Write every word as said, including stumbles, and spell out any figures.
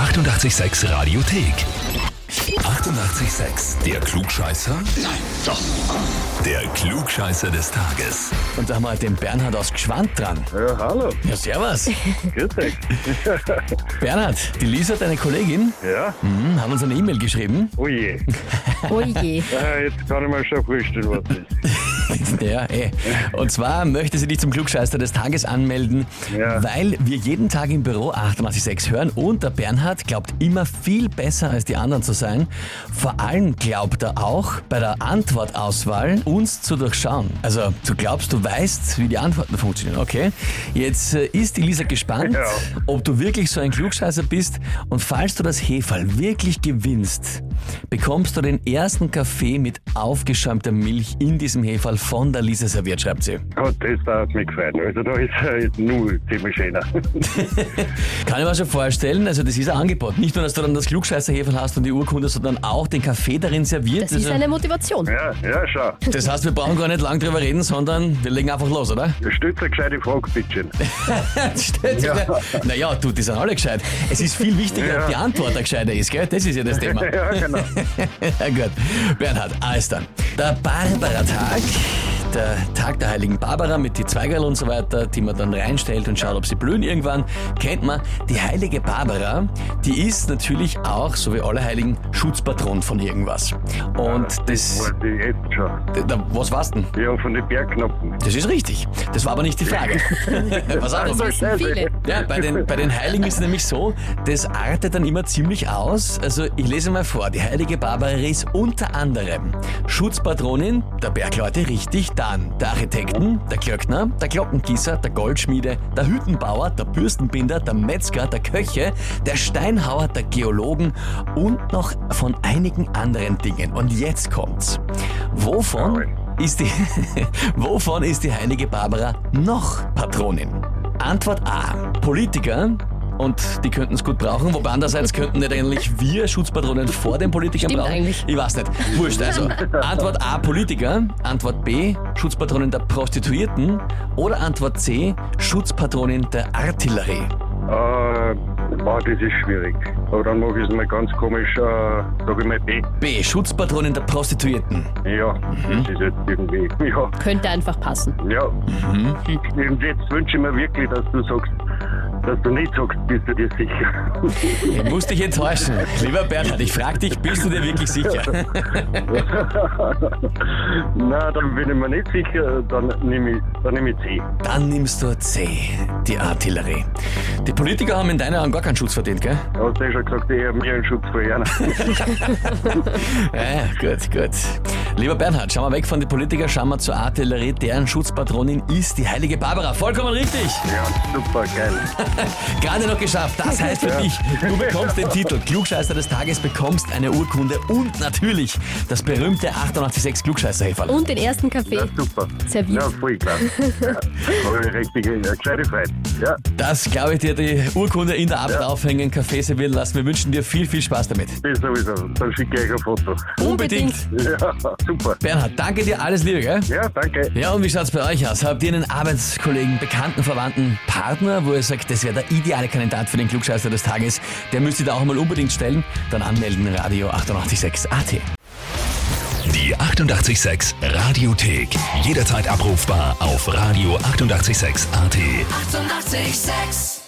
achtundachtzig Komma sechs Radiothek. achtundachtzig Komma sechs. Der Klugscheißer? Nein, doch. Der Klugscheißer des Tages. Und da haben wir den Bernhard aus Gschwand dran. Ja, hallo. Ja, servus. Grüß euch. Bernhard, die Lisa, deine Kollegin, Ja, mhm, hat uns eine E-Mail geschrieben. oh je. Oh je. Äh, Jetzt kann ich mal schon vorstellen, was das ist. Ja, eh. Und zwar möchte sie dich zum Klugscheißer des Tages anmelden, Ja. weil wir jeden Tag im Büro achtundachtzig Komma sechs hören und der Bernhard glaubt immer viel besser als die anderen zu sein. Vor allem glaubt er auch bei der Antwortauswahl uns zu durchschauen. Also du glaubst, du weißt, wie die Antworten funktionieren, okay? Jetzt äh, ist die Lisa gespannt, Ja. ob du wirklich so ein Klugscheißer bist, und falls du das Heferl wirklich gewinnst, bekommst du den ersten Kaffee mit aufgeschäumter Milch in diesem Heferl von der Lisa serviert, schreibt sie. Gott, das hat mich gefreut. Also da ist äh, nur ziemlich schöner. Kann ich mir schon vorstellen, also das ist ein Angebot. Nicht nur, dass du dann das Klugscheißer-Heferl hast und die Urkunde, sondern auch den Kaffee darin serviert. Das ist Also, eine Motivation. Ja, ja, schau. das heißt, wir brauchen gar nicht lang drüber reden, sondern wir legen einfach los, oder? Stellt eine gescheite Frage, bitte. Stellt Ja. Naja, du, die sind alle gescheit. Es ist viel wichtiger, Ja. ob die Antwort eine gescheite ist, gell? Das ist ja das Thema. Ja, genau. Ja gut. Bernhard, alles dann. Der Barbara-Tag, der Tag der heiligen Barbara mit die Zweigerl und so weiter, die man dann reinstellt und schaut, ob sie blühen irgendwann, kennt man. Die heilige Barbara, die ist natürlich auch, so wie alle Heiligen, Schutzpatron von irgendwas. Und das... Weiß ich jetzt schon. Da, was war's denn? Ja, von den Bergknochen. Das ist richtig. Das war aber nicht die Frage. Was Das anderes. wissen viele. Ja, bei den, bei den Heiligen ist es nämlich so, das artet dann immer ziemlich aus. Also ich lese mal vor, die heilige Barbara ist unter anderem Schutzpatronin der Bergleute, richtig, dann der Architekten, der Glöckner, der Glockengießer, der Goldschmiede, der Hüttenbauer, der Bürstenbinder, der Metzger, der Köche, der Steinhauer, der Geologen und noch von einigen anderen Dingen. Und jetzt kommt's. Wovon ist die, wovon ist die heilige Barbara noch Patronin? Antwort A. Politiker. Und die könnten es gut brauchen, wobei andererseits könnten nicht eigentlich wir Schutzpatronen vor den Politikern Stimmt brauchen. eigentlich. Ich weiß nicht. Wurscht, also. Antwort A, Politiker. Antwort B, Schutzpatronin der Prostituierten. Oder Antwort C, Schutzpatronin der Artillerie. Äh, boah, das ist schwierig. Aber dann mache ich es mal ganz komisch, äh, sag ich mal B. B, Schutzpatronin der Prostituierten. Ja, das ist jetzt irgendwie, ja. Könnte einfach passen. Ja. Mhm. Und jetzt wünsche ich mir wirklich, dass du sagst, dass du nicht sagst, bist du dir sicher. Ich muss dich enttäuschen. Lieber Bernhard, ich frage dich, bist du dir wirklich sicher? Na, dann bin ich mir nicht sicher, dann nehme ich, dann nehme ich C. Dann nimmst du C, die Artillerie. Die Politiker haben in deinen Augen gar keinen Schutz verdient, gell? Hast du ja schon gesagt, ich habe mir einen Schutz vor Ihnen. Ja, gut, gut. Lieber Bernhard, schauen wir weg von den Politikern, schauen wir zur Artillerie. Deren Schutzpatronin ist die heilige Barbara. Vollkommen richtig. Ja, super, geil. Gerade noch geschafft. Das heißt für dich, du bekommst den Titel Klugscheißer des Tages, bekommst eine Urkunde und natürlich das berühmte achtundachtzig Komma sechs Klugscheißer-Heferl. Und den ersten Kaffee Ja, super. serviert. Ja, voll klar. Ja, habe ich richtig eine gescheite Freude. Ja, Das, glaube ich, dir die Urkunde in der Arbeit Ja. aufhängen, Kaffee servieren lassen. Wir wünschen dir viel, viel Spaß damit. das sowieso. Dann schicke ich euch ein Foto. Unbedingt. Ja, super. Bernhard, danke dir, alles Liebe, gell? Ja, danke. Ja, und wie schaut's bei euch aus? Habt ihr einen Arbeitskollegen, Bekannten, Verwandten, Partner, wo ihr sagt, das wäre der ideale Kandidat für den Klugscheißer des Tages? Der müsst ihr da auch mal unbedingt stellen. Dann anmelden, Radio achtundachtzig Komma sechs A T. Die achtundachtzig Komma sechs Radiothek. Jederzeit abrufbar auf Radio achtundachtzig Komma sechs A T. Eighty-eight point six